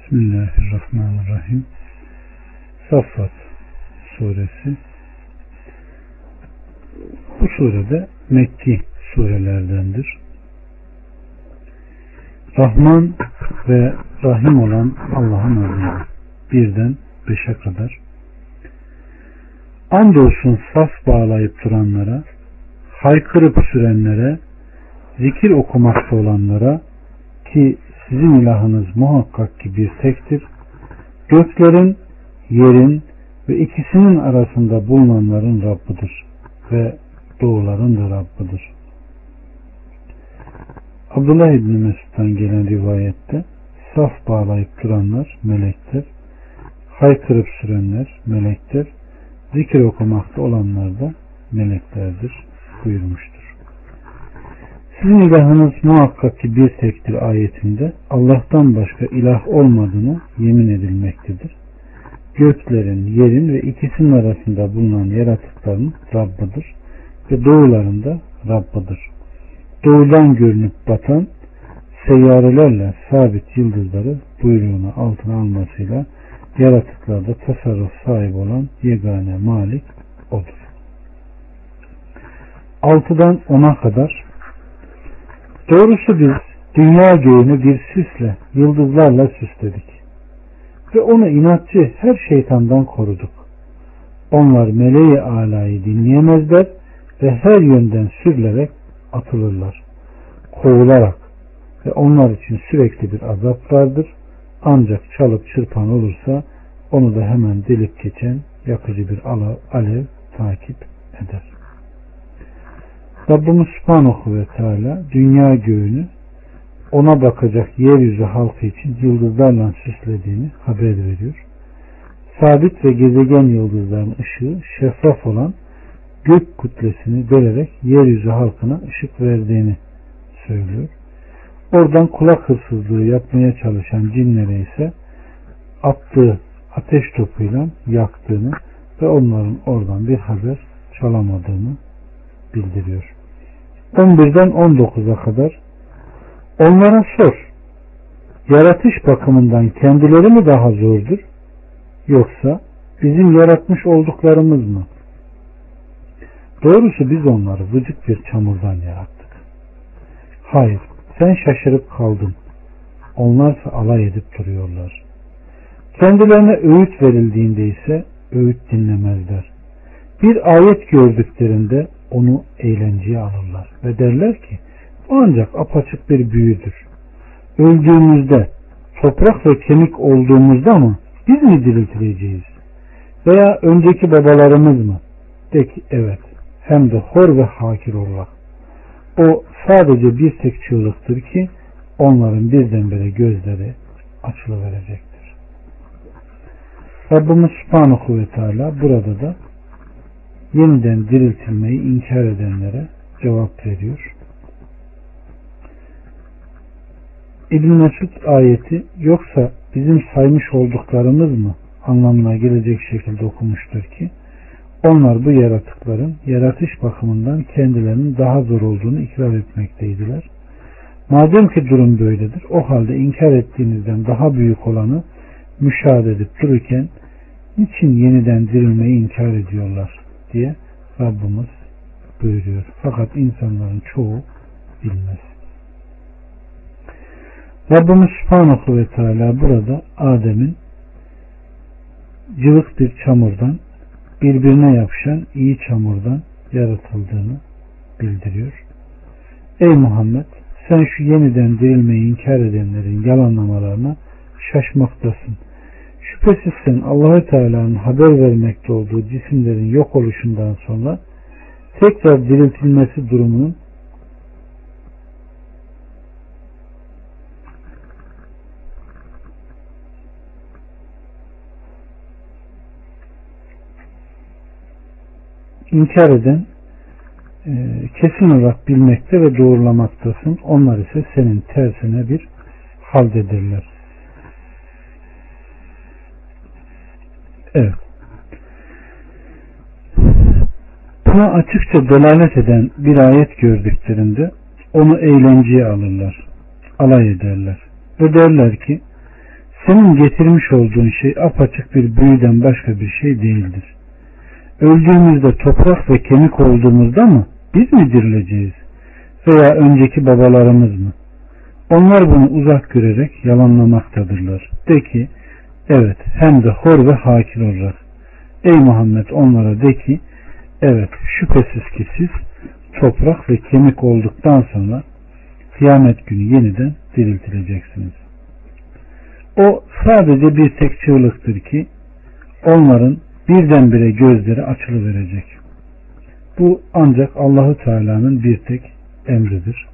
Bismillahirrahmanirrahim. Saffat suresi. Bu surede Mekki surelerdendir. Rahman ve Rahim olan Allah'ın adıyla birden 5'e kadar. Andolsun saf bağlayıp duranlara, haykırıp sürenlere, zikir okumakta olanlara ki sizin ilahınız muhakkak ki bir tektir. Göklerin, yerin ve ikisinin arasında bulunanların Rabbidir ve doğuların da Rabbidir. Abdullah İbni Mesud'dan gelen rivayette saf bağlayıp duranlar melekler, haykırıp sürenler melekler, zikir okumakta olanlar da meleklerdir buyurmuştur. Sizin ilahınız muhakkak ki bir tektir ayetinde Allah'tan başka ilah olmadığını yemin edilmektedir. Göklerin, yerin ve ikisinin arasında bulunan yaratıkların Rabbidir ve doğularında Rabbidir. Doğudan görünüp batan seyyarelerle sabit yıldızları buyruğunu altına almasıyla yaratıklarda tasarruf sahibi olan yegane malik odur. 6'dan 10'a kadar. Doğrusu biz dünya göğünü bir süsle, yıldızlarla süsledik ve onu inatçı her şeytandan koruduk. Onlar meleği alayı dinleyemezler ve her yönden sürülerek atılırlar, kovularak ve onlar için sürekli bir azap vardır. Ancak çalıp çırpan olursa onu da hemen delip geçen yakıcı bir alev takip eder. Rabbimiz Subhanahu ve Teala dünya göğünü ona bakacak yeryüzü halkı için yıldızlarla süslediğini haber veriyor. Sabit ve gezegen yıldızların ışığı şeffaf olan gök kütlesini delerek yeryüzü halkına ışık verdiğini söylüyor. Oradan kulak hırsızlığı yapmaya çalışan cinlere ise attığı ateş topuyla yaktığını ve onların oradan bir haber çalamadığını bildiriyor. 11'den 19'a kadar onlara sor, yaratış bakımından kendileri mi daha zordur yoksa bizim yaratmış olduklarımız mı? Doğrusu biz onları vıcık bir çamurdan yarattık. Hayır, sen şaşırıp kaldın. Onlarsa alay edip duruyorlar. Kendilerine öğüt verildiğinde ise öğüt dinlemezler. Bir ayet gördüklerinde onu eğlenceye alırlar ve derler ki bu ancak apaçık bir büyüdür. Öldüğümüzde toprak ve kemik olduğumuzda mı biz mi diriltileceğiz? Veya önceki babalarımız mı? De ki evet, hem de hor ve hakir olarak. O sadece bir tek çığlıktır ki onların birdenbire gözleri açılıverecektir. Rabbimiz Subhanahu ve Teala burada da yeniden diriltilmeyi inkar edenlere cevap veriyor. İbn Mesud ayeti yoksa bizim saymış olduklarımız mı anlamına gelecek şekilde okumuştur ki onlar bu yaratıkların yaratış bakımından kendilerinin daha zor olduğunu ikrar etmekteydiler. Madem ki durum böyledir, o halde inkar ettiğinizden daha büyük olanı müşahede edip dururken niçin yeniden dirilmeyi inkar ediyorlar diye Rabbimiz buyuruyor. Fakat insanların çoğu bilmez. Rabbimiz Subhanahu ve Teala burada Adem'in cıvık bir çamurdan birbirine yapışan iyi çamurdan yaratıldığını bildiriyor. Ey Muhammed, sen şu yeniden dirilmeyi inkar edenlerin yalanlamalarına şaşmaktasın. Şüphesiz sen Allah-u Teala'nın haber vermekte olduğu cisimlerin yok oluşundan sonra tekrar diriltilmesi durumunun inkar eden kesin olarak bilmekte ve doğrulamaktasın. Onlar ise senin tersine bir haldedirler. Evet. Buna açıkça delalet eden bir ayet gördüklerinde onu eğlenceye alırlar, alay ederler ve derler ki Senin getirmiş olduğun şey apaçık bir büyüden başka bir şey değildir. Öldüğümüzde toprak ve kemik olduğumuzda mı biz mi dirileceğiz? Veya önceki babalarımız mı? Onlar bunu uzak görerek yalanlamaktadırlar. De ki, evet, hem de hor ve hakir olarak. Ey Muhammed, onlara de ki, evet, şüphesiz ki siz toprak ve kemik olduktan sonra kıyamet günü yeniden diriltileceksiniz. O sadece bir tek çığlıktır ki onların birdenbire gözleri açılıverecek. Bu ancak Allahu Teala'nın bir tek emridir.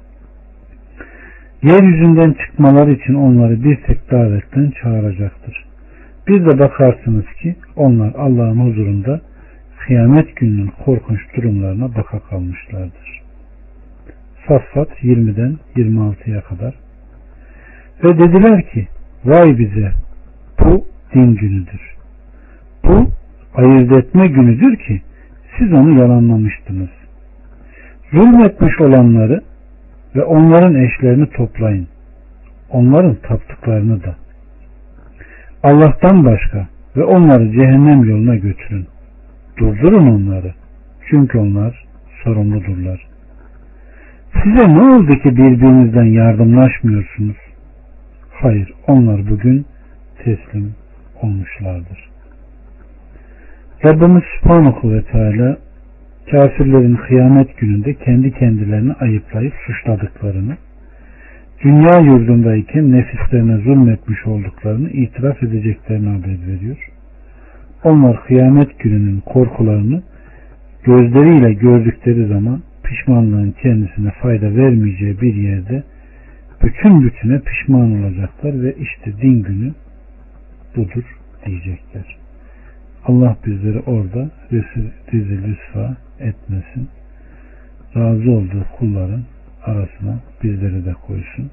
Yeryüzünden çıkmaları için onları bir tek davetten çağıracaktır. Bir de bakarsınız ki onlar Allah'ın huzurunda kıyamet gününün korkunç durumlarına baka kalmışlardır. Saffat 20'den 26'ya kadar. Ve dediler ki, vay bize, bu din günüdür. Bu ayırt etme günüdür ki siz onu yalanlamıştınız. Zulmetmiş olanları ve onların eşlerini toplayın. Onların taptıklarını da. Allah'tan başka ve onları cehennem yoluna götürün. Durdurun onları. Çünkü onlar sorumludurlar. Size ne oldu ki birbirinizden yardımlaşmıyorsunuz? Hayır, onlar bugün teslim olmuşlardır. Rabbimiz Subhanahu ve Teala kafirlerin kıyamet gününde kendi kendilerini ayıplayıp suçladıklarını, dünya yurdundayken nefislerine zulmetmiş olduklarını itiraf edeceklerini haber veriyor. Onlar kıyamet gününün korkularını gözleriyle gördükleri zaman pişmanlığın kendisine fayda vermeyeceği bir yerde bütün bütüne pişman olacaklar ve işte din günü budur diyecekler. Allah bizleri orada rezil rüsva etmesin. Razı olduğu kulların arasına bizleri de koysun.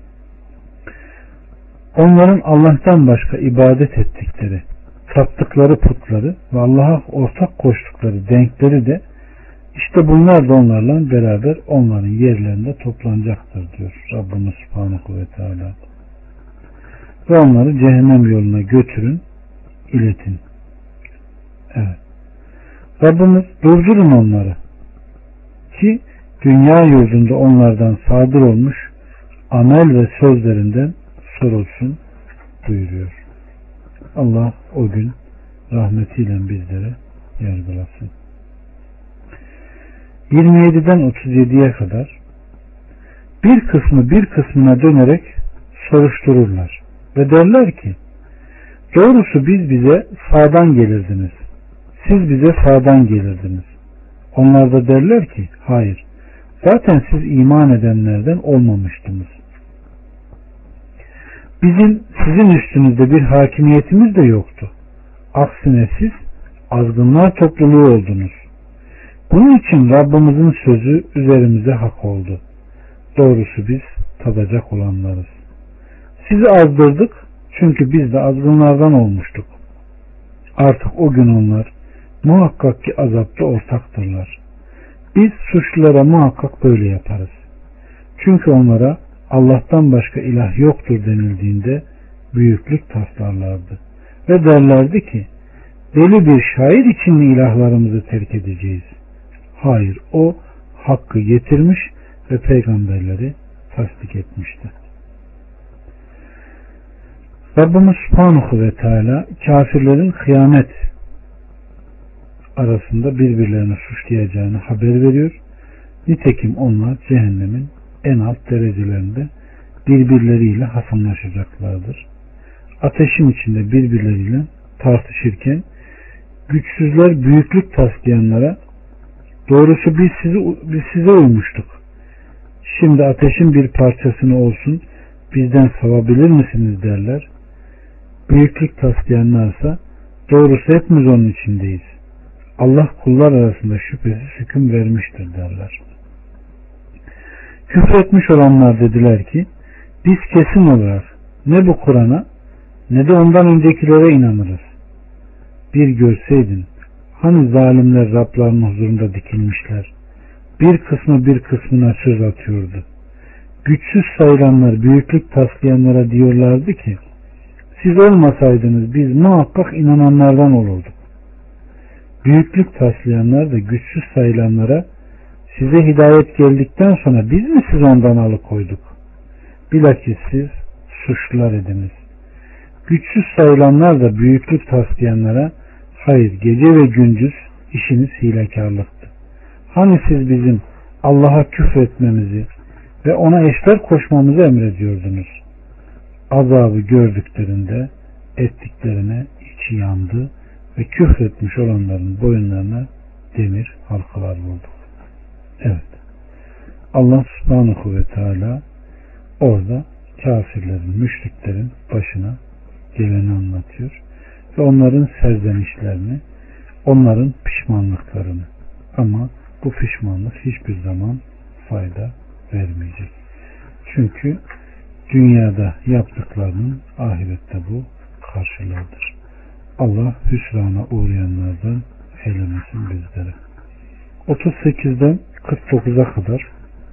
Onların Allah'tan başka ibadet ettikleri, taptıkları putları ve Allah'a ortak koştukları denkleri de işte bunlar da onlarla beraber onların yerlerinde toplanacaktır diyor Rabbimiz Subhanahu ve Teala. Ve onları cehennem yoluna götürün, iletin. Evet. Rabbimiz durdurun onları ki dünya yurdunda onlardan sadır olmuş amel ve sözlerinden sorulsun buyuruyor. Allah o gün rahmetiyle bizlere yargılasın. 27'den 37'ye kadar bir kısmı bir kısmına dönerek soruştururlar ve derler ki, doğrusu bize sağdan gelirdiniz. Siz bize sağdan gelirdiniz. Onlar da derler ki, hayır, zaten siz iman edenlerden olmamıştınız. Bizim sizin üstünüzde bir hakimiyetimiz de yoktu. Aksine siz azgınlar topluluğu oldunuz. Bunun için Rabbimizin sözü üzerimize hak oldu. Doğrusu biz tadacak olanlarız. Sizi azdırdık çünkü biz de azgınlardan olmuştuk. Artık o gün onlar muhakkak ki azapta ortaktırlar. Biz suçlulara muhakkak böyle yaparız. Çünkü onlara Allah'tan başka ilah yoktur denildiğinde büyüklük taslarlardı. Ve derlerdi ki, deli bir şair için mi ilahlarımızı terk edeceğiz? Hayır, o hakkı getirmiş ve peygamberleri tasdik etmişti. Rabbimiz Subhanahu ve Teala kafirlerin kıyamet arasında birbirlerini suçlayacağını haber veriyor. Nitekim onlar cehennemin en alt derecelerinde birbirleriyle hasımlaşacaklardır. Ateşin içinde birbirleriyle tartışırken güçsüzler büyüklük taslayanlara, doğrusu biz size uymuştuk. Şimdi ateşin bir parçasını olsun bizden savabilir misiniz derler. Büyüklük taslayanlarsa, doğrusu hepimiz onun içindeyiz. Allah kullar arasında şüphesiz hüküm vermiştir derler. Küfretmiş olanlar dediler ki, biz kesin olarak ne bu Kur'an'a ne de ondan öncekilere inanırız. Bir görseydin, hani zalimler Rablarının huzurunda dikilmişler, bir kısmı bir kısmına söz atıyordu. Güçsüz sayılanlar büyüklük taslayanlara diyorlardı ki, Siz olmasaydınız biz muhakkak inananlardan olurduk. Büyüklük taslayanlar da güçsüz sayılanlara size hidayet geldikten sonra biz mi siz ondan alıkoyduk? Bilakis siz suçlular ediniz. Güçsüz sayılanlar da büyüklük taslayanlara hayır gece ve gündüz işiniz hilekarlıktı. Hani siz bizim Allah'a küfretmemizi ve ona eşler koşmamızı emrediyordunuz. Azabı gördüklerinde ettiklerine içi yandı ve küfretmiş olanların boyunlarına demir halkalar vurduk. Evet. Allah subhanahu ve teala orada kafirlerin, müşriklerin başına geleni anlatıyor. Ve onların serzenişlerini, onların pişmanlıklarını. Ama bu pişmanlık hiçbir zaman fayda vermeyecek. Çünkü dünyada yaptıklarının ahirette bu karşılığıdır. Allah hüsrana uğrayanlardan eylemesin bizleri. 38'den 49'a kadar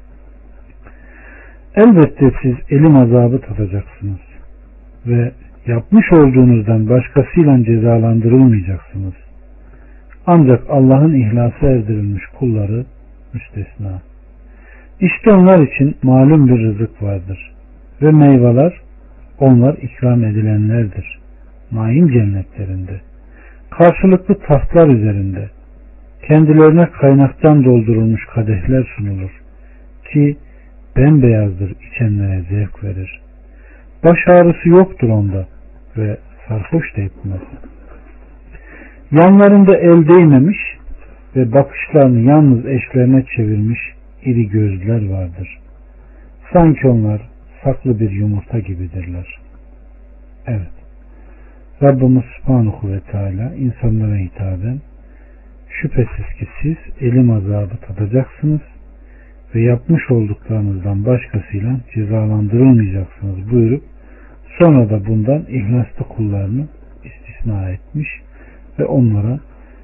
elbette siz elim azabı tadacaksınız ve yapmış olduğunuzdan başkasıyla cezalandırılmayacaksınız. Ancak Allah'ın ihlası erdirilmiş kulları müstesna. İşte onlar için malum bir rızık vardır ve meyveler onlar ikram edilenlerdir. Naim cennetlerinde, karşılıklı tahtlar üzerinde, kendilerine kaynaktan doldurulmuş kadehler sunulur ki bembeyazdır, içenlere zevk verir. Baş ağrısı yoktur onda ve sarhoş da etmez. Yanlarında el değmemiş ve bakışlarını yalnız eşlerine çevirmiş iri gözler vardır. Sanki onlar saklı bir yumurta gibidirler. Evet. Rabbimiz Subhanahu ve Teala insanlara hitaben şüphesiz ki siz elim azabı tadacaksınız ve yapmış olduklarınızdan başkasıyla cezalandırılmayacaksınız buyurup sonra da bundan ihlaslı kullarını istisna etmiş ve onlara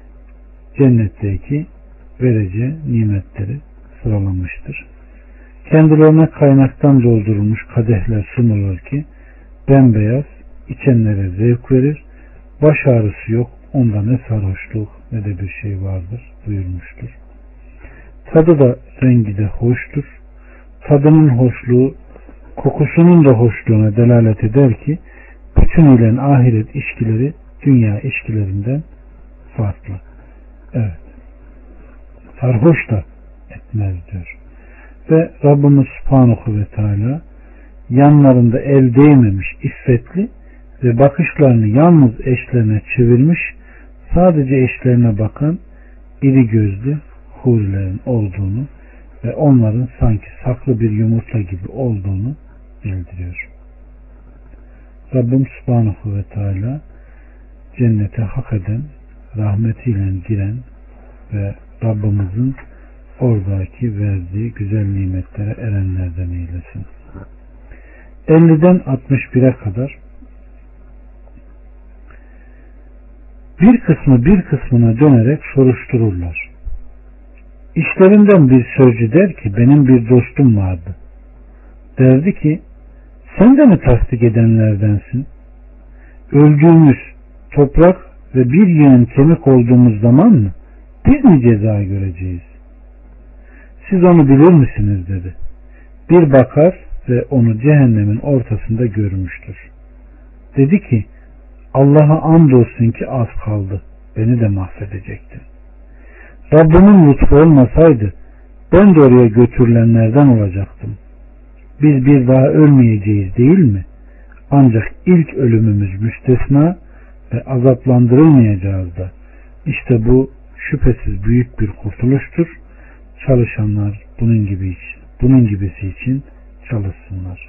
cennetteki vereceği nimetleri sıralamıştır. Kendilerine kaynaktan doldurulmuş kadehler sunulur ki bembeyaz, içenlere zevk verir, baş ağrısı yok, onda ne sarhoşluk ne de bir şey vardır buyurmuştur. Tadı da rengi de hoştur. Tadının hoşluğu kokusunun da hoşluğuna delalet eder ki bütünüyle ahiret ilişkileri dünya ilişkilerinden farklı. Evet. Sarhoş da etmez diyor. Ve Rabbimiz Subhanahu ve Teala yanlarında el değmemiş iffetli ve bakışlarını yalnız eşlerine çevirmiş sadece eşlerine bakan iri gözlü hurilerin olduğunu ve onların sanki saklı bir yumurta gibi olduğunu bildiriyor. Rabbim Subhanahu ve Teala cennete hak eden, rahmetiyle giren ve Rabbimizin oradaki verdiği güzel nimetlere erenlerden eylesin. 50'den 61'e kadar bir kısmı bir kısmına dönerek soruştururlar. İşlerinden bir sözcü der ki benim bir dostum vardı. Derdi ki sen de mi tasdik edenlerdensin? Öldüğümüz toprak ve bir yığın kemik olduğumuz zaman mı biz mi ceza göreceğiz? Siz onu bilir misiniz dedi. Bir bakar ve onu cehennemin ortasında görmüştür. Dedi ki Allah'a andolsun ki az kaldı. Beni de mahvedecektin. Rabbimin lütfu olmasaydı ben de oraya götürülenlerden olacaktım. Biz bir daha ölmeyeceğiz değil mi? Ancak ilk ölümümüz müstesna ve azaplandırılmayacağız da. İşte bu şüphesiz büyük bir kurtuluştur. Çalışanlar bunun gibisi için çalışsınlar.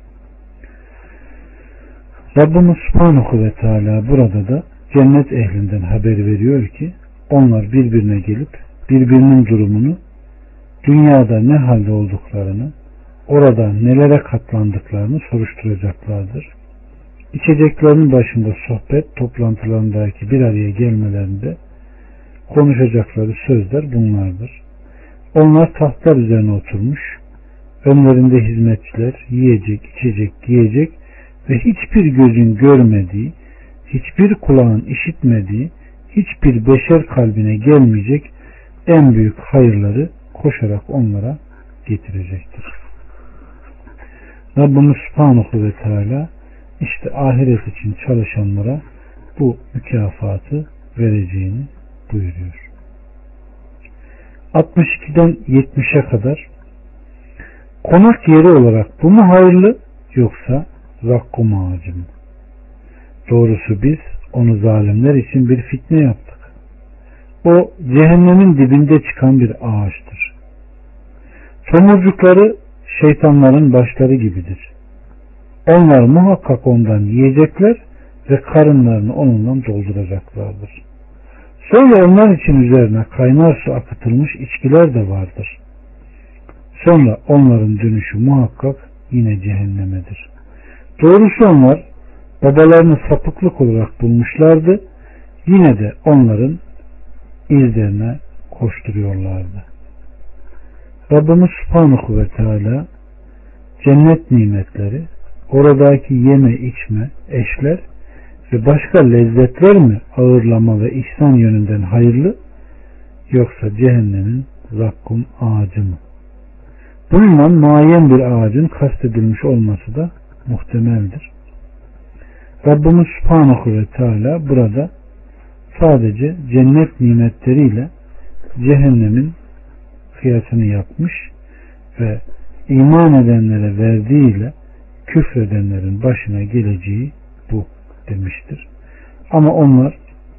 Rabbimiz Subhanahu ve Teala burada da cennet ehlinden haber veriyor ki onlar birbirine gelip birbirinin durumunu, dünyada ne halde olduklarını, orada nelere katlandıklarını soruşturacaklardır. İçeceklerin başında sohbet toplantılarındaki bir araya gelmelerinde konuşacakları sözler bunlardır. Onlar tahtlar üzerine oturmuş, önlerinde hizmetçiler yiyecek, içecek, giyecek ve hiçbir gözün görmediği, hiçbir kulağın işitmediği, hiçbir beşer kalbine gelmeyecek en büyük hayırları koşarak onlara getirecektir. Rabbimiz Subhanahu ve Teala işte ahiret için çalışanlara bu mükafatı vereceğini buyuruyor. 62'den 70'e kadar konak yeri olarak bu mu hayırlı yoksa zakkum ağacı mı? Doğrusu biz onu zalimler için bir fitne yaptık. O cehennemin dibinde çıkan bir ağaçtır. Tomurcukları şeytanların başları gibidir. Onlar muhakkak ondan yiyecekler ve karınlarını onunla dolduracaklardır. Sonra onlar için üzerine kaynar su akıtılmış içkiler de vardır. Sonra onların dönüşü muhakkak yine cehennemedir. Doğrusu onlar babalarını sapıklık olarak bulmuşlardı. Yine de onların izlerine koşturuyorlardı. Rabbimiz Subhanahu ve Teala cennet nimetleri, oradaki yeme içme, eşler ve başka lezzetler mi ağırlama ve ihsan yönünden hayırlı yoksa cehennemin zakkum ağacı mı? Bununla muayyen bir ağacın kastedilmiş olması da muhtemeldir. Rabbimiz Subhanahu ve Teala burada sadece cennet nimetleriyle cehennemin kıyasını yapmış ve iman edenlere verdiğiyle küfredenlerin başına geleceği bu demiştir. Ama onlar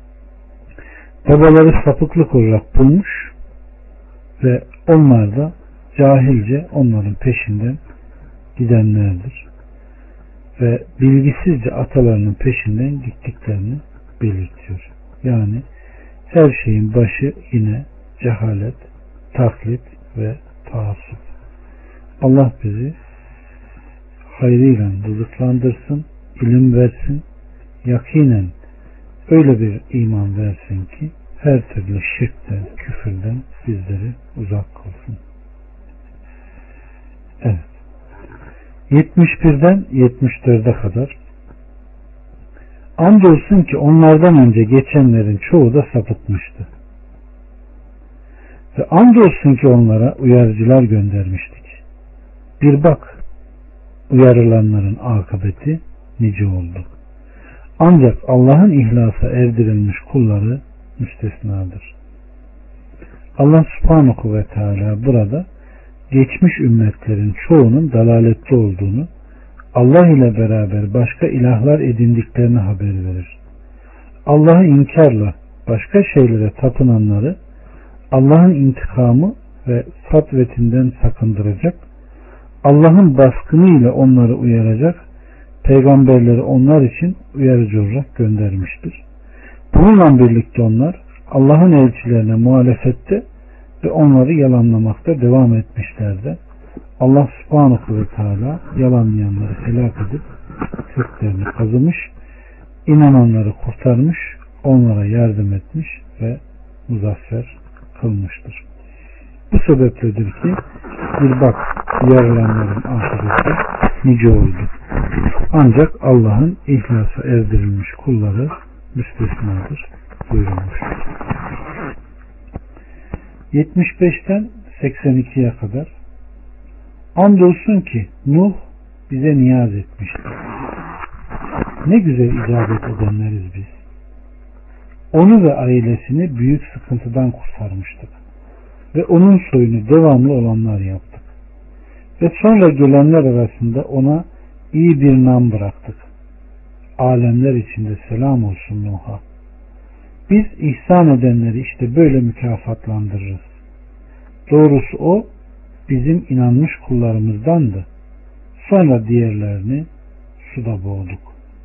babaları sapıklık olarak bulmuş ve onlar da cahilce onların peşinden gidenlerdir. Ve bilgisizce atalarının peşinden gittiklerini belirtiyor. Yani her şeyin başı yine cehalet, taklit ve taassup. Allah bizi hayrıyla rızıklandırsın, ilim versin, yakinen öyle bir iman versin ki her türlü şirkten, küfürden bizleri uzak kılsın. Evet. 71'den 74'e kadar andolsun ki onlardan önce geçenlerin çoğu da sapıtmıştı. Ve andolsun ki onlara uyarıcılar göndermiştik. Bir bak, uyarılanların akıbeti nice oldu. Ancak Allah'ın ihlasa erdirilmiş kulları müstesnadır. Allah Subhanahu ve Teala burada geçmiş ümmetlerin çoğunun dalalette olduğunu, Allah ile beraber başka ilahlar edindiklerini haber verir. Allah'ı inkarla başka şeylere tapınanları Allah'ın intikamı ve satvetinden sakındıracak, Allah'ın baskınıyla onları uyaracak, peygamberleri onlar için uyarıcı olarak göndermiştir. Bununla birlikte onlar Allah'ın elçilerine muhalefette ve onları yalanlamakta devam etmişlerdi. Allah Subhanahu ve Teala yalanlayanları helak edip köklerini kazımış, inananları kurtarmış, onlara yardım etmiş ve muzaffer kılmıştır. Bu sebepledir ki bir bak, yarılanların akıbeti nice oldu. Ancak Allah'ın ihlasa erdirilmiş kulları müstesnadır buyurulmuştur. 75'ten 82'ye kadar andolsun ki Nuh bize niyaz etmişti. Ne güzel icabet edenleriz biz. Onu ve ailesini büyük sıkıntıdan kurtarmıştık. Ve onun soyunu devamlı olanlar yaptık. Ve sonra gelenler arasında ona iyi bir nam bıraktık. Alemler içinde selam olsun Nuh'a. Biz ihsan edenleri işte böyle mükafatlandırırız. Doğrusu o bizim inanmış kullarımızdandı. Sonra diğerlerini suda boğduk.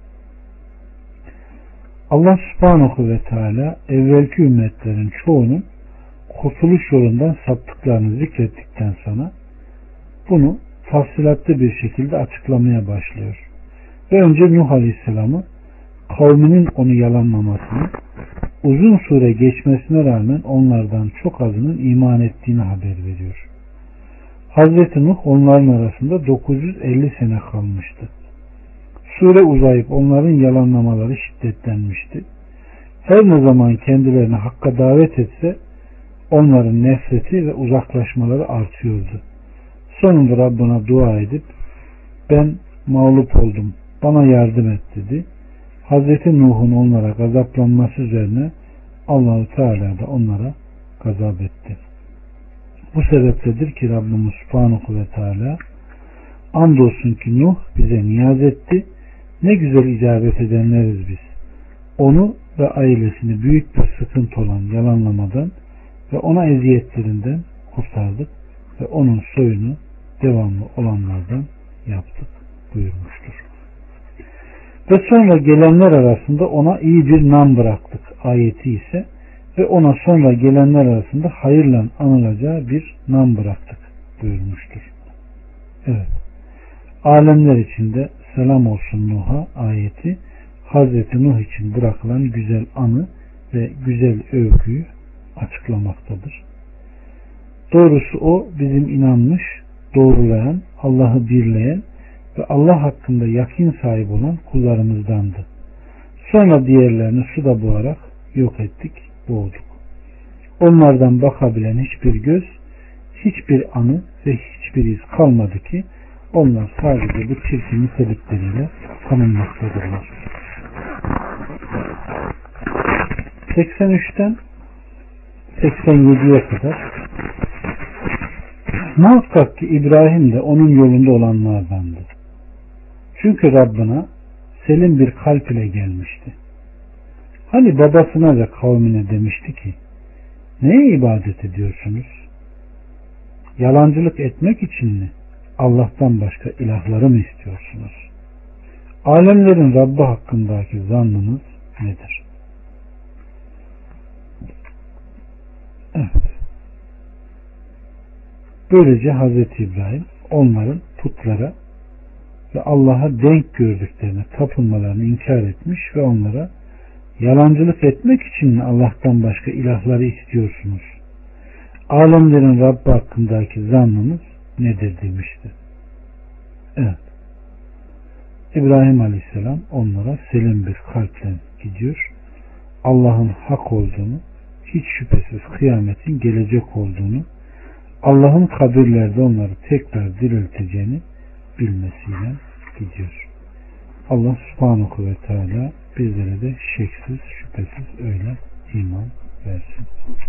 Allah Subhanahu ve Teala evvelki ümmetlerin çoğunun kurtuluş yolundan saptıklarını zikrettikten sonra bunu tafsilatlı bir şekilde açıklamaya başlıyor. Ve önce Nuh Aleyhisselam'ı kavminin onu yalanlamasını, uzun süre geçmesine rağmen onlardan çok azının iman ettiğini haber veriyor. Hazreti Nuh onların arasında 950 sene kalmıştı. Sure uzayıp onların yalanlamaları şiddetlenmişti. Her ne zaman kendilerini hakka davet etse onların nefreti ve uzaklaşmaları artıyordu. Sonunda Rabbına dua edip ben mağlup oldum, bana yardım et dedi. Hazreti Nuh'un onlara gazaplanması üzerine Allah-u Teala da onlara gazap etti. Bu sebepledir ki Rabbimiz Subhanahu ve Teala andolsun ki Nuh bize niyaz etti. Ne güzel icabet edenleriz biz. Onu ve ailesini büyük bir sıkıntı olan yalanlamadan ve ona eziyetlerinden kurtardık ve onun soyunu devamlı olanlardan yaptık buyurmuştur. Ve sonra gelenler arasında ona iyi bir nam bıraktık ayeti ise ve ona sonra gelenler arasında hayırla anılacağı bir nam bıraktık buyurmuştur. Evet. Alemler içinde selam olsun Nuh'a ayeti Hazreti Nuh için bırakılan güzel anı ve güzel övgüyü açıklamaktadır. Doğrusu o bizim inanmış, doğrulayan, Allah'ı birleyen ve Allah hakkında yakin sahibi olan kullarımızdandı. Sonra diğerlerini suda boğarak yok ettik, boğduk. Onlardan bakabilen hiçbir göz, hiçbir anı ve hiçbir iz kalmadı ki onlar sadece bu çirkin nitelikleriyle tanınmaktadırlar. 83'ten 87'ye kadar muhakkak ki İbrahim de onun yolunda olanlardandı. Çünkü Rabbına selim bir kalp ile gelmişti. Hani babasına ve kavmine demişti ki neye ibadet ediyorsunuz? Yalancılık etmek için mi? Allah'tan başka ilahları mı istiyorsunuz? Alemlerin Rabbi hakkındaki zannınız nedir? Evet. Böylece Hazreti İbrahim onların putlara ve Allah'a denk gördüklerini, tapınmalarını inkar etmiş ve onlara yalancılık etmek için mi Allah'tan başka ilahları istiyorsunuz? Alemlerin Rabbi hakkındaki zannınız nedir demişti. Evet. İbrahim Aleyhisselam onlara selim bir kalple gidiyor. Allah'ın hak olduğunu, hiç şüphesiz kıyametin gelecek olduğunu, Allah'ın kabirlerde onları tekrar dirilteceğini bilmesiyle gidiyor. Allah Subhanahu ve Teala bizlere de şeksiz şüphesiz öyle iman versin.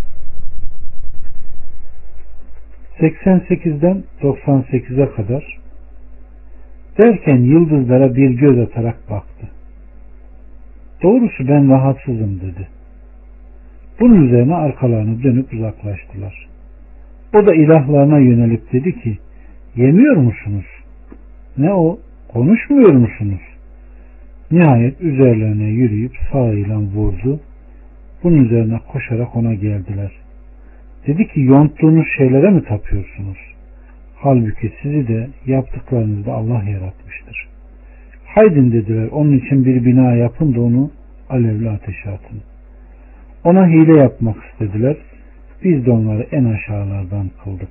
88'den 98'e kadar derken yıldızlara bir göz atarak baktı. Doğrusu ben rahatsızım dedi. Bunun üzerine arkalarını dönüp uzaklaştılar. O da ilahlarına yönelip dedi ki yemiyor musunuz? Ne o? Konuşmuyor musunuz? Nihayet üzerlerine yürüyüp sağıyla vurdu. Bunun üzerine koşarak ona geldiler. Dedi ki yonttuğunuz şeylere mi tapıyorsunuz? Halbuki sizi de yaptıklarınızda Allah yaratmıştır. Haydin dediler onun için bir bina yapın da onu alevli ateşe atın. Ona hile yapmak istediler. Biz de onları en aşağılardan kıldık.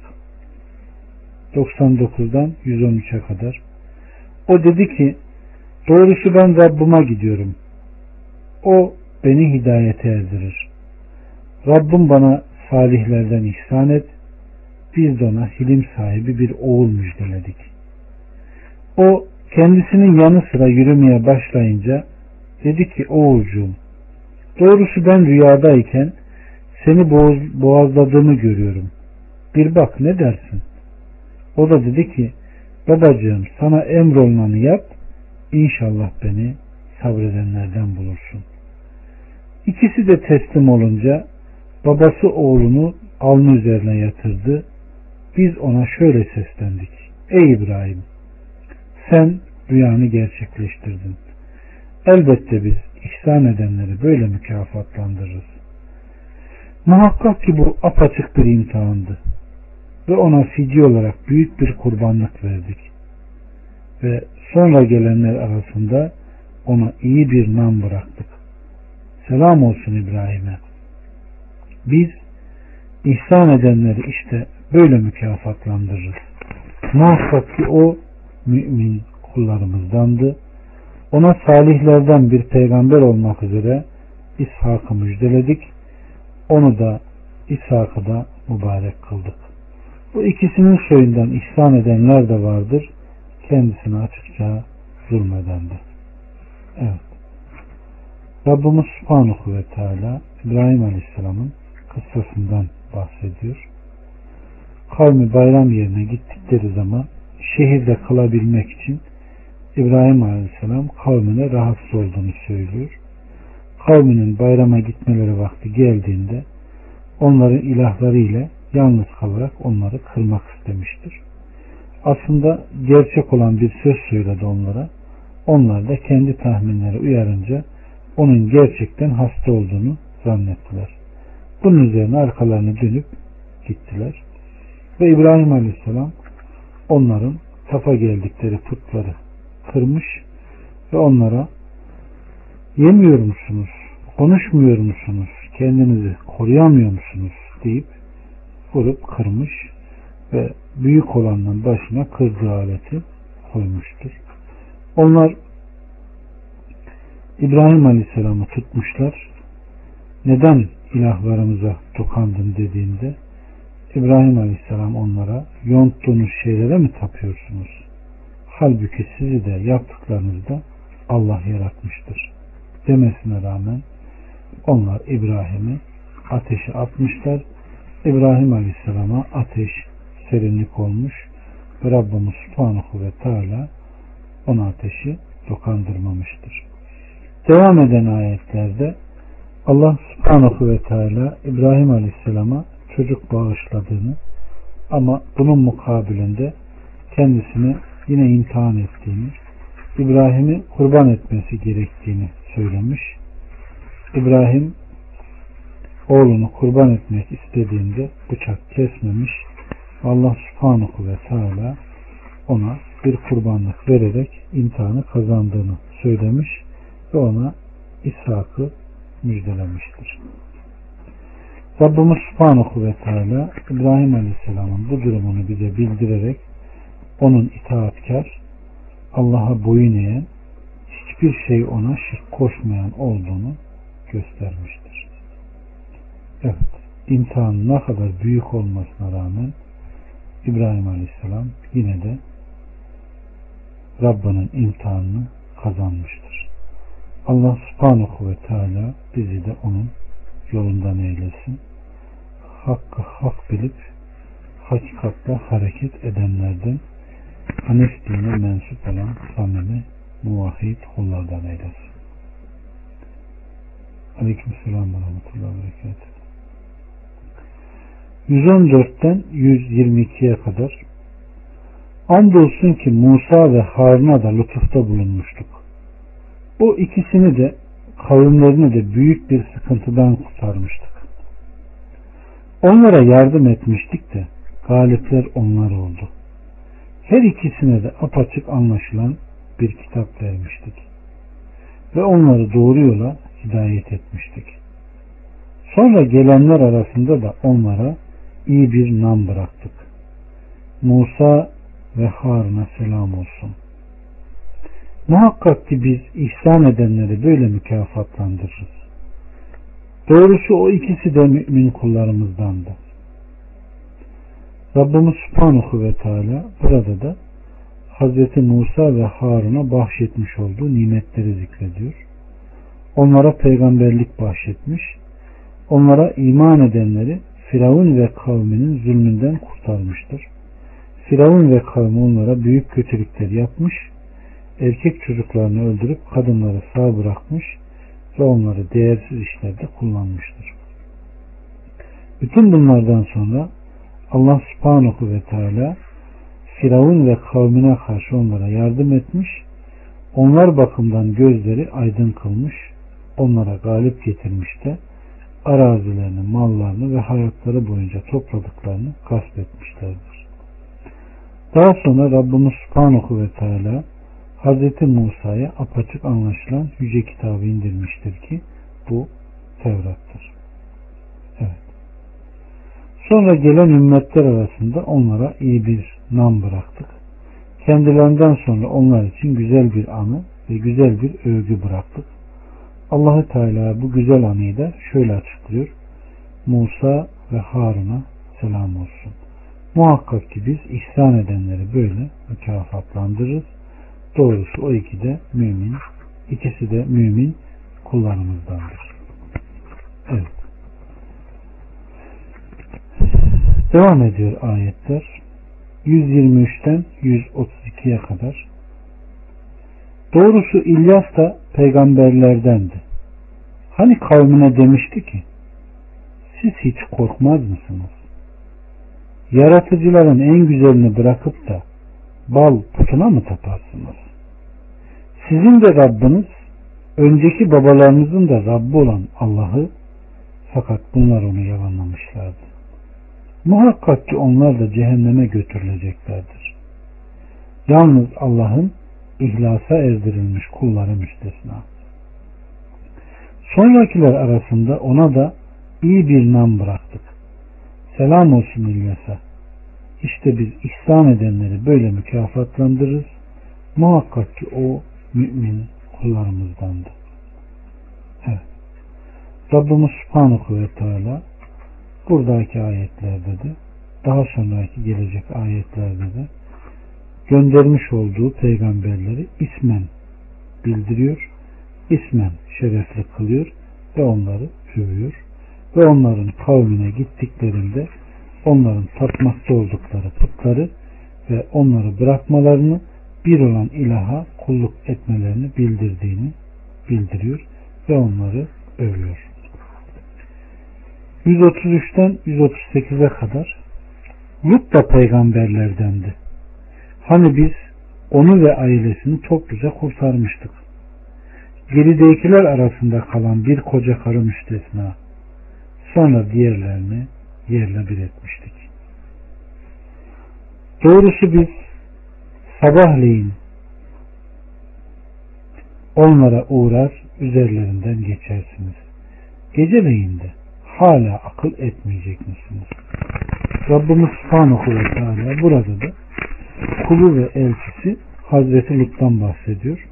99'dan 113'e kadar. O dedi ki doğrusu ben Rabbime gidiyorum. O beni hidayete erdirir. Rabbim bana salihlerden ihsan et. Biz de ona hilim sahibi bir oğul müjdeledik. O kendisinin yanı sıra yürümeye başlayınca dedi ki oğulcuğum doğrusu ben rüyadayken seni boğazladığımı görüyorum. Bir bak ne dersin? O da dedi ki babacığım sana emrolunanı yap İnşallah beni sabredenlerden bulursun. İkisi de teslim olunca babası oğlunu alnı üzerine yatırdı. Biz ona şöyle seslendik. Ey İbrahim sen rüyanı gerçekleştirdin. Elbette biz ihsan edenleri böyle mükafatlandırırız. Muhakkak ki bu apaçık bir imtihandı. Ve ona fidye olarak büyük bir kurbanlık verdik. Ve sonra gelenler arasında ona iyi bir nam bıraktık. Selam olsun İbrahim'e. Biz ihsan edenleri işte böyle mükafatlandırırız. Muhakkak ki o mümin kullarımızdandı. Ona salihlerden bir peygamber olmak üzere İshak'ı müjdeledik. Onu da İshak'ı da mübarek kıldık. Bu ikisinin soyundan ihsan edenler de vardır. Kendisine açıkça zulmedendi. Evet. Rabbimiz Subhanahu ve Teala İbrahim Aleyhisselam'ın kıssasından bahsediyor. Kavmi bayram yerine gittikleri zaman şehirde kalabilmek için İbrahim Aleyhisselam kavmine rahatsız olduğunu söylüyor. Kavminin bayrama gitmeleri vakti geldiğinde onların ilahları ile yalnız kalarak onları kırmak istemiştir. Aslında gerçek olan bir söz söyledi onlara. Onlar da kendi tahminleri uyarınca onun gerçekten hasta olduğunu zannettiler. Bunun üzerine arkalarını dönüp gittiler. Ve İbrahim Aleyhisselam onların tapa geldikleri putları kırmış ve onlara yemiyor musunuz, konuşmuyor musunuz, kendinizi koruyamıyor musunuz deyip vurup kırmış ve büyük olanın başına kırdığı aleti koymuştur. Onlar İbrahim Aleyhisselam'ı tutmuşlar. Neden ilahlarımıza dokandın dediğinde İbrahim Aleyhisselam onlara yonttuğunuz şeylere mi tapıyorsunuz? Halbuki sizi de yaptıklarınızı da Allah yaratmıştır demesine rağmen onlar İbrahim'i ateşe atmışlar. İbrahim Aleyhisselam'a ateş serinlik olmuş ve Rabbimiz Subhanahu ve Teala ona ateşi dokandırmamıştır. Devam eden ayetlerde Allah Subhanahu ve Teala İbrahim Aleyhisselam'a çocuk bağışladığını ama bunun mukabilinde kendisini yine imtihan ettiğini, İbrahim'i kurban etmesi gerektiğini söylemiş. İbrahim oğlunu kurban etmek istediğinde bıçak kesmemiş. Allah Subhanahu ve Teala ona bir kurbanlık vererek imtihanı kazandığını söylemiş ve ona İshak'ı müjdelemiştir. Rabbimiz Subhanahu ve Teala İbrahim Aleyhisselam'ın bu durumunu bize bildirerek onun itaatkar, Allah'a boyun eğen, hiçbir şey ona şirk koşmayan olduğunu göstermiştir. Evet, imtihanın ne kadar büyük olmasına rağmen İbrahim Aleyhisselam yine de Rabbinin imtihanını kazanmıştır. Allah Subhanahu ve Teala bizi de onun yolundan eylesin. Hakkı hak bilip hakikatle hareket edenlerden, Hanif dine mensup olan samimi muvahhid kullardan eylesin. Aleykümselam ve rahmetullahi ve berekatuhu. 114'ten 122'ye kadar andolsun ki Musa ve Harun'a da lütufta bulunmuştuk. Bu ikisini de kavimlerini de büyük bir sıkıntıdan kurtarmıştık. Onlara yardım etmiştik de galipler onlar oldu. Her ikisine de apaçık anlaşılan bir kitap vermiştik. Ve onları doğru yola hidayet etmiştik. Sonra gelenler arasında da onlara iyi bir nam bıraktık. Musa ve Harun'a selam olsun. Muhakkak ki biz ihsan edenleri böyle mükafatlandırırız. Doğrusu o ikisi de mümin kullarımızdandı. Rabbimiz Subhanahu ve Teala burada da Hazreti Musa ve Harun'a bahşetmiş olduğu nimetleri zikrediyor. Onlara peygamberlik bahşetmiş, onlara iman edenleri Firavun ve kavminin zulmünden kurtarmıştır. Firavun ve kavmi onlara büyük kötülükler yapmış, erkek çocuklarını öldürüp kadınları sağ bırakmış ve onları değersiz işlerde kullanmıştır. Bütün bunlardan sonra Allah Subhanahu ve Teala Firavun ve kavmine karşı onlara yardım etmiş, onlar bakımdan gözleri aydın kılmış, onlara galip getirmiş de arazilerini, mallarını ve hayatları boyunca topladıklarını gasp etmişlerdir. Daha sonra Rabbimiz Subhanahu ve Teala Hazreti Musa'ya apaçık anlaşılan yüce kitabı indirmiştir ki bu Tevrat'tır. Evet. Sonra gelen ümmetler arasında onlara iyi bir nam bıraktık. Kendilerinden sonra onlar için güzel bir anı ve güzel bir övgü bıraktık. Allah-u Teala bu güzel anıyı da şöyle açıklıyor. Musa ve Harun'a selam olsun. Muhakkak ki biz ihsan edenleri böyle mükafatlandırırız. Doğrusu o ikisi de mümin kullarımızdandır. Evet. Devam ediyor ayetler. 123'ten 132'ye kadar. Doğrusu İlyas da peygamberlerdendi. Hani kavmine demişti ki, siz hiç korkmaz mısınız? Yaratıcıların en güzelini bırakıp da bal putuna mı taparsınız? Sizin de Rabbiniz, önceki babalarınızın da Rabbi olan Allah'ı, fakat bunlar onu yalanlamışlardı. Muhakkak ki onlar da cehenneme götürüleceklerdir. Yalnız Allah'ın ihlasa erdirilmiş kulları müstesna. Sonrakiler arasında ona da iyi bir nam bıraktık. Selam olsun İlyas'a. İşte biz ihsan edenleri böyle mükafatlandırırız. Muhakkak ki o mümin kullarımızdandı. Evet. Rabbimiz Subhanahu ve Teala buradaki ayetlerde de daha sonraki gelecek ayetlerde de göndermiş olduğu peygamberleri ismen bildiriyor, ismen şerefli kılıyor ve onları övüyor ve onların kavmine gittiklerinde onların tapmakta oldukları putları ve onları bırakmalarını, bir olan ilaha kulluk etmelerini bildirdiğini bildiriyor ve onları övüyor. 133'ten 138'e kadar Lut da peygamberlerdendi. Hani biz onu ve ailesini topluca kurtarmıştık. Geridekiler arasında kalan bir koca karı müstesna. Sonra diğerlerini yerle bir etmiştik. Doğrusu biz sabahleyin onlara uğrar, üzerlerinden geçersiniz. Geceleyin de hala akıl etmeyecek misiniz? Rabbimiz Subhanahu ve Teala burada da kulu ve elçisi Hazreti Lut'tan bahsediyor.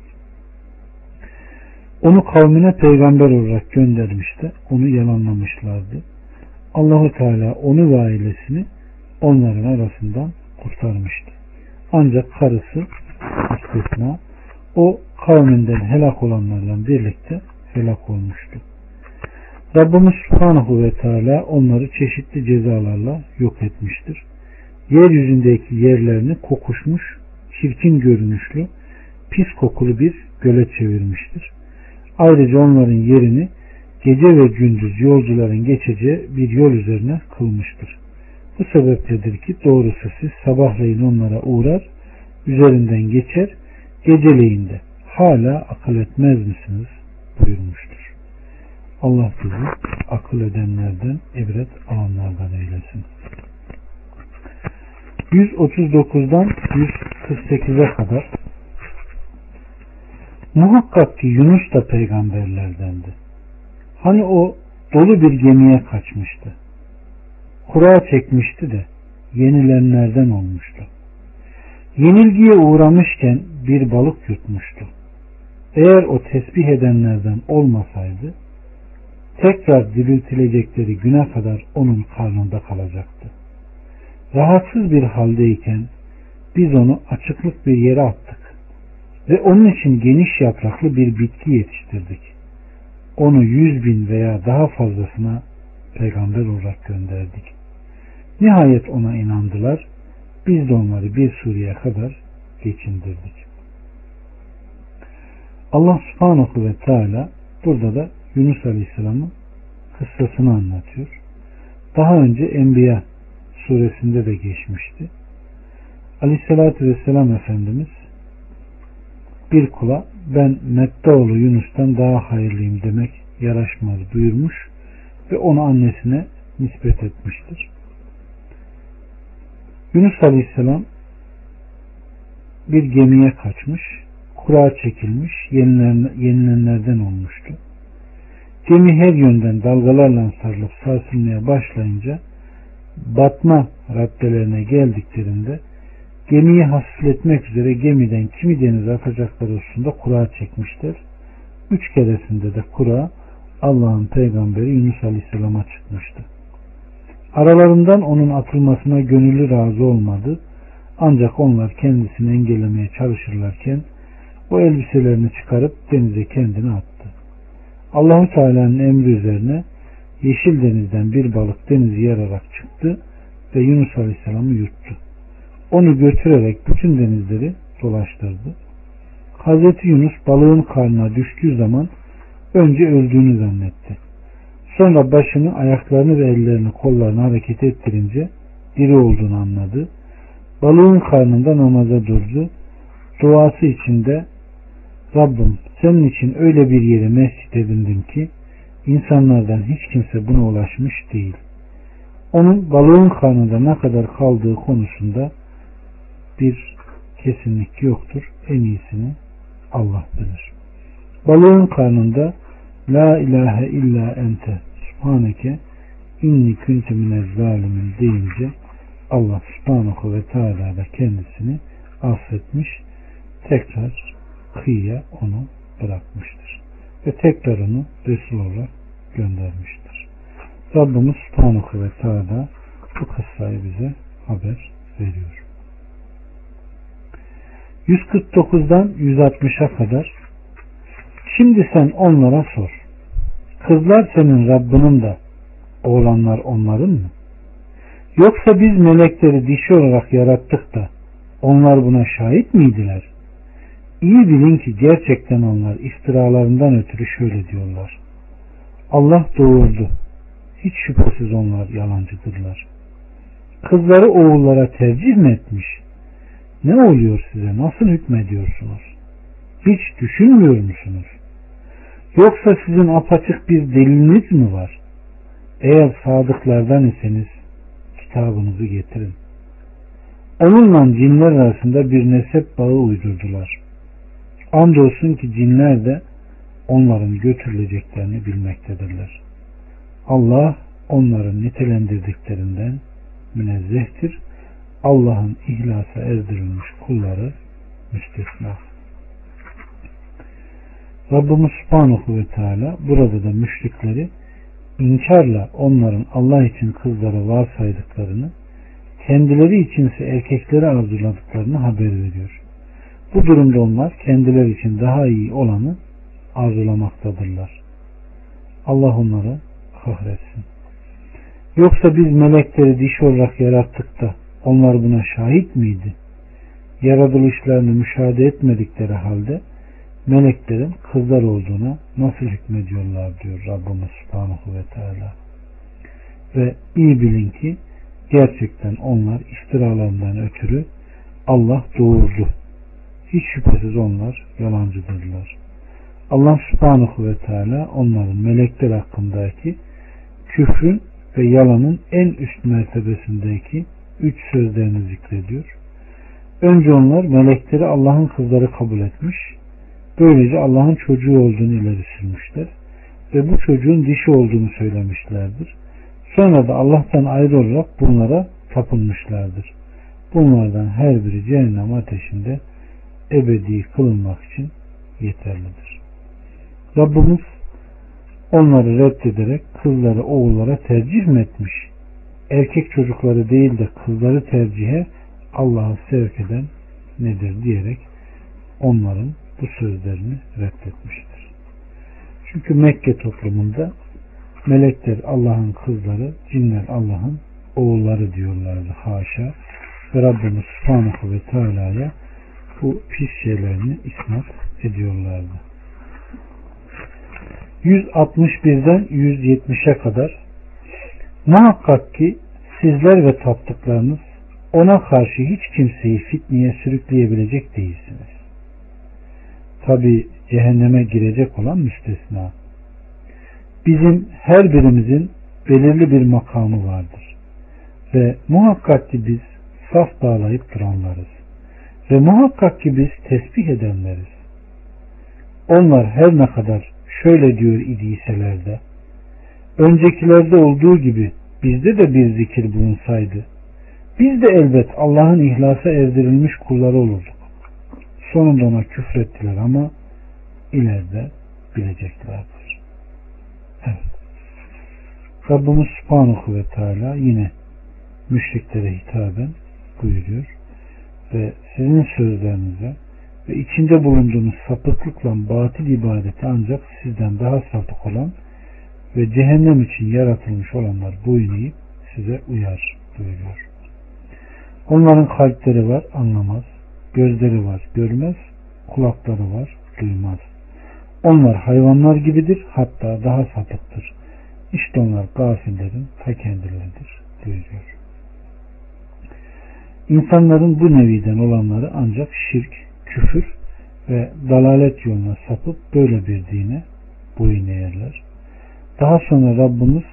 Onu kavmine peygamber olarak göndermişti. Onu yalanlamışlardı. Allahu Teala onu ve ailesini onların arasından kurtarmıştı. Ancak karısı istisna, o kavminden helak olanlarla birlikte helak olmuştu. Rabbimiz Subhanahu ve Teala onları çeşitli cezalarla yok etmiştir. Yeryüzündeki yerlerini kokuşmuş, çirkin görünüşlü, pis kokulu bir göle çevirmiştir. Ayrıca onların yerini gece ve gündüz yolcuların geçeceği bir yol üzerine kılmıştır. Bu sebeptedir ki doğrusu siz sabahleyin onlara uğrar, üzerinden geçer, geceleyin de hala akıl etmez misiniz buyurmuştur. Allah bizi akıl edenlerden, ibret alanlardan eylesin. 139'dan 148'e kadar muhakkak ki Yunus da peygamberlerdendi. Hani o dolu bir gemiye kaçmıştı. Kura çekmişti de yenilenlerden olmuştu. Yenilgiye uğramışken bir balık yutmuştu. Eğer o tesbih edenlerden olmasaydı tekrar diriltilecekleri güne kadar onun karnında kalacaktı. Rahatsız bir haldeyken biz onu açıklık bir yere attık ve onun için geniş yapraklı bir bitki yetiştirdik. Onu 100.000 veya daha fazlasına peygamber olarak gönderdik. Nihayet ona inandılar. Biz de onları bir sureye kadar geçindirdik. Allah Subhanahu ve Teala burada da Yunus Aleyhisselam'ın kıssasını anlatıyor. Daha önce Enbiya suresinde de geçmişti. Aleyhissalatü Vesselam Efendimiz bir kula ben Mettaoğlu Yunus'tan daha hayırlıyım demek yaraşmaz buyurmuş ve onu annesine nispet etmiştir. Yunus Aleyhisselam bir gemiye kaçmış, kura çekilmiş, yenilenlerden olmuştu. Gemi her yönden dalgalarla sarılıp sarsılmaya başlayınca batma raddelerine geldiklerinde gemiyi hafifletmek üzere gemiden kimi denize atacakları hususunda kura çekmişler. 3 keresinde de kura Allah'ın peygamberi Yunus Aleyhisselam'a çıkmıştı. Aralarından onun atılmasına gönüllü razı olmadı. Ancak onlar kendisini engellemeye çalışırlarken o elbiselerini çıkarıp denize kendini attı. Allah-u Teala'nın emri üzerine Yeşil Deniz'den bir balık denizi yararak çıktı ve Yunus Aleyhisselam'ı yuttu. Onu götürerek bütün denizleri dolaştırdı. Hazreti Yunus balığın karnına düştüğü zaman önce öldüğünü zannetti. Sonra başını, ayaklarını ve ellerini, kollarını hareket ettirince diri olduğunu anladı. Balığın karnında namaza durdu. Duası içinde Rabbim senin için öyle bir yeri mescit edindim ki insanlardan hiç kimse buna ulaşmış değil. Onun balığın karnında ne kadar kaldığı konusunda bir kesinlik yoktur. En iyisini Allah bilir. Balığın karnında La ilahe illa ente subhaneke inni kuntu minez zalimin deyince Allah subhanahu ve teala da kendisini affetmiş, tekrar kıyıya onu bırakmıştır. Ve tekrar onu Resul olarak göndermiştir. Rabbimiz subhanahu ve teala bu kıssayı bize haber veriyor. 149'dan 160'a kadar şimdi sen onlara sor. Kızlar senin Rabbinin de oğlanlar onların mı? Yoksa biz melekleri dişi olarak yarattık da onlar buna şahit miydiler? İyi bilin ki gerçekten onlar iftiralarından ötürü şöyle diyorlar. Allah doğurdu. Hiç şüphesiz onlar yalancıdırlar. Kızları oğullara tercih mi etmiş? Ne oluyor size? Nasıl hükmediyorsunuz? Hiç düşünmüyor musunuz? Yoksa sizin apaçık bir deliliniz mi var? Eğer sadıklardan iseniz kitabınızı getirin. Onunla cinler arasında bir nesep bağı uydurdular. Andolsun ki cinler de onların götürüleceklerini bilmektedirler. Allah onların nitelendirdiklerinden münezzehtir. Allah'ın ihlasa erdirilmiş kulları müstesna. Rabbimiz Subhanahu ve Teala burada da müşrikleri inkarla onların Allah için kızları varsaydıklarını, kendileri içinse erkekleri arzuladıklarını haber veriyor. Bu durumda onlar kendileri için daha iyi olanı arzulamaktadırlar. Allah onları kahretsin. Yoksa biz melekleri dişi olarak yarattık da onlar buna şahit miydi? Yaratılışlarını müşahede etmedikleri halde meleklerin kızlar olduğuna nasıl hükmediyorlar diyor Rabbimiz Subhanahu ve Teala. Ve iyi bilin ki gerçekten onlar iftiralarından ötürü Allah doğurdu. Hiç şüphesiz onlar yalancıdırlar. Allah Subhanahu ve Teala onların melekler hakkındaki küfrün ve yalanın en üst mertebesindeki 3 sözlerini zikrediyor. Önce onlar melekleri Allah'ın kızları kabul etmiş, böylece Allah'ın çocuğu olduğunu ileri sürmüşler ve bu çocuğun dişi olduğunu söylemişlerdir. Sonra da Allah'tan ayrı olarak bunlara tapınmışlardır. Bunlardan her biri cehennem ateşinde ebedi kılınmak için yeterlidir. Rabbimiz onları reddederek kızları oğullara tercih mi etmiş? Erkek çocukları değil de kızları tercihe Allah'ı sevk eden nedir diyerek onların bu sözlerini reddetmiştir. Çünkü Mekke toplumunda melekler Allah'ın kızları, cinler Allah'ın oğulları diyorlardı. Haşa. Ve Rabbimiz Subhanahu ve Teala'ya bu pis şeylerini isnat ediyorlardı. 161'den 170'e kadar muhakkak ki sizler ve taptıklarınız ona karşı hiç kimseyi fitneye sürükleyebilecek değilsiniz. Tabi cehenneme girecek olan müstesna. Bizim her birimizin belirli bir makamı vardır. Ve muhakkak ki biz saf bağlayıp duranlarız. Ve muhakkak ki biz tesbih edenleriz. Onlar her ne kadar şöyle diyor idiyseler de, öncekilerde olduğu gibi bizde de bir zikir bulunsaydı, Biz de elbet Allah'ın ihlasa erdirilmiş kulları olurduk. Sonunda ona küfrettiler ama ileride bileceklerdir. Evet. Rabbimiz Subhanahu ve Teala yine müşriklere hitaben buyuruyor ve sizin sözlerinize ve içinde bulunduğunuz sapıklıkla batıl ibadeti ancak sizden daha sapık olan ve cehennem için yaratılmış olanlar boyun eğip size uyar buyuruyor. Onların kalpleri var, anlamaz. Gözleri var, görmez. Kulakları var, duymaz. Onlar hayvanlar gibidir, hatta daha sapıktır. İşte onlar gafillerin ta kendileridir buyuruyor. İnsanların bu neviden olanları ancak şirk, küfür ve dalalet yoluna sapıp böyle bir dine boyun eğerler. Daha sonra Rabbimiz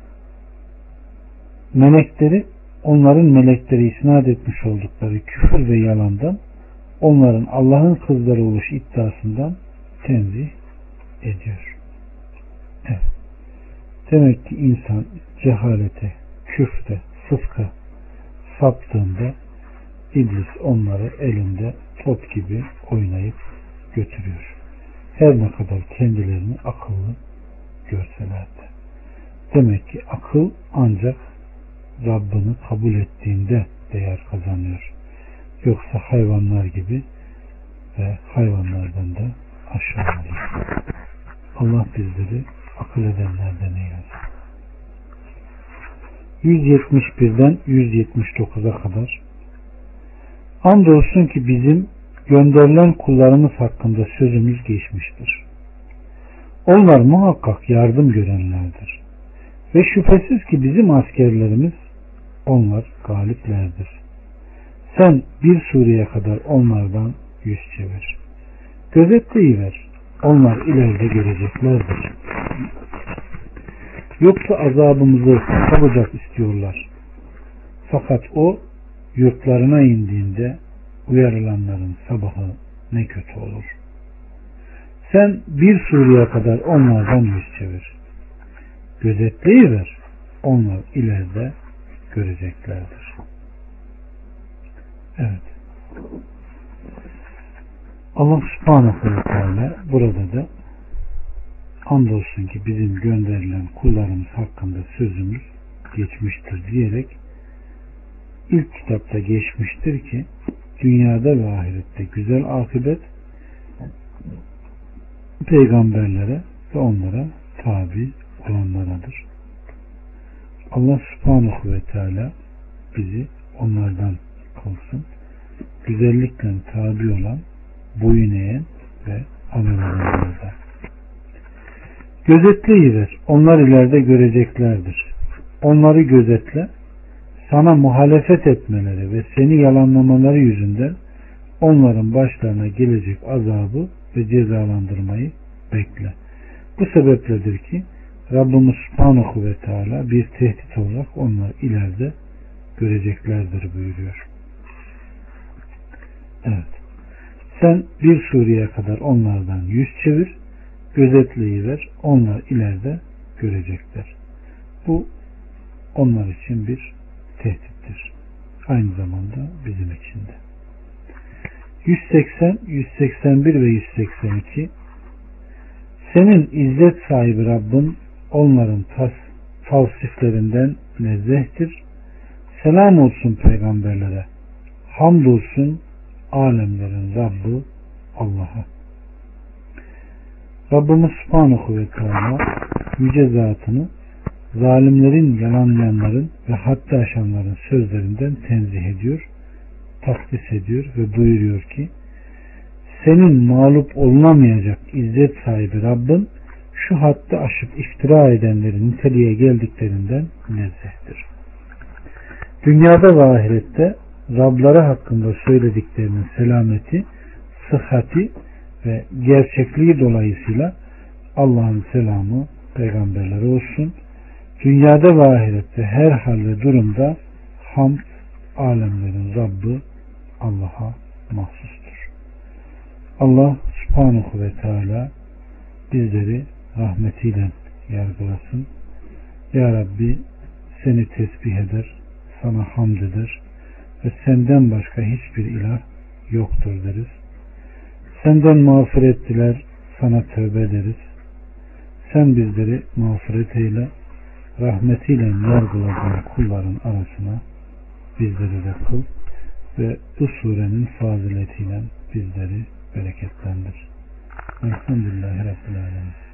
onların melekleri isnat etmiş oldukları küfür ve yalandan, onların Allah'ın kızları oluş iddiasından tenzih ediyor. Evet. Demek ki insan cehalete, küfre, fıska saptığında iblis onları elinde top gibi oynayıp götürüyor. Her ne kadar kendilerini akıllı görseler de. Demek ki akıl ancak Rabbini kabul ettiğinde değer kazanıyor. Yoksa hayvanlar gibi ve hayvanlardan da aşağı oluyor. Allah bizleri akıl edenlerden eylesin. 171'den 179'a kadar. Andolsun ki bizim gönderilen kullarımız hakkında sözümüz geçmiştir. Onlar muhakkak yardım görenlerdir. Ve şüphesiz ki bizim askerlerimiz onlar galiplerdir. Sen bir sureye kadar onlardan yüz çevir. Gözetleyiver. Onlar ileride göreceklerdir. Yoksa azabımızı çabucak istiyorlar. Fakat o yurtlarına indiğinde uyarılanların sabahı ne kötü olur. Sen bir sureye kadar onlardan yüz çevir. Gözetleyiver. Onlar ileride göreceklerdir. Evet. Allah subhanahu ve teala burada da andolsun ki bizim gönderilen kullarımız hakkında sözümüz geçmiştir diyerek ilk kitapta geçmiştir ki dünyada ve ahirette güzel akıbet peygamberlere ve onlara tabi olanlaradır. Allah subhanahu ve teala bizi onlardan kılsın. Güzellikle tabi olan, boyun eğen ve amel edenlerden. Gözetleyiver. Onlar ileride göreceklerdir. Onları gözetle. Sana muhalefet etmeleri ve seni yalanlamaları yüzünden onların başlarına gelecek azabı ve cezalandırmayı bekle. Bu sebepledir ki Rabbimiz Subhanahu ve Teala bir tehdit olarak onlar ileride göreceklerdir buyuruyor. Evet. Sen bir sureye kadar onlardan yüz çevir, gözetleyiver, onlar ileride görecekler. Bu onlar için bir tehdittir. Aynı zamanda bizim için de. 180, 181 ve 182 senin izzet sahibi Rabbin onların tavsiflerinden nezzehtir. Selam olsun peygamberlere. Hamdolsun alemlerin Rabbi Allah'a. Rabbimiz Subhanahu ve Teala yüce zatını zalimlerin, yalanlayanların ve haddi aşanların sözlerinden tenzih ediyor, takdis ediyor ve buyuruyor ki senin mağlup olunamayacak izzet sahibi Rabbin şu haddi aşıp iftira edenlerin niteliğe geldiklerinden münezzehtir. Dünyada ve ahirette Rabları hakkında söylediklerinin selameti, sıhhati ve gerçekliği dolayısıyla Allah'ın selamı peygamberlere olsun. Dünyada ve ahirette her hal ve durumda hamd alemlerin Rabbi Allah'a mahsustur. Allah Subhanahu ve Teala bizleri rahmetiyle yargılasın. Ya Rabbi seni tesbih eder, sana hamd eder, ve senden başka hiçbir ilah yoktur deriz. Senden mağfiret diler, sana tövbe ederiz. Sen bizleri mağfiret eyle, rahmetiyle yargıladığın kulların arasına bizleri de kıl ve bu surenin faziletiyle bizleri bereketlendir. Elhamdülillahi Rabbil Alemin.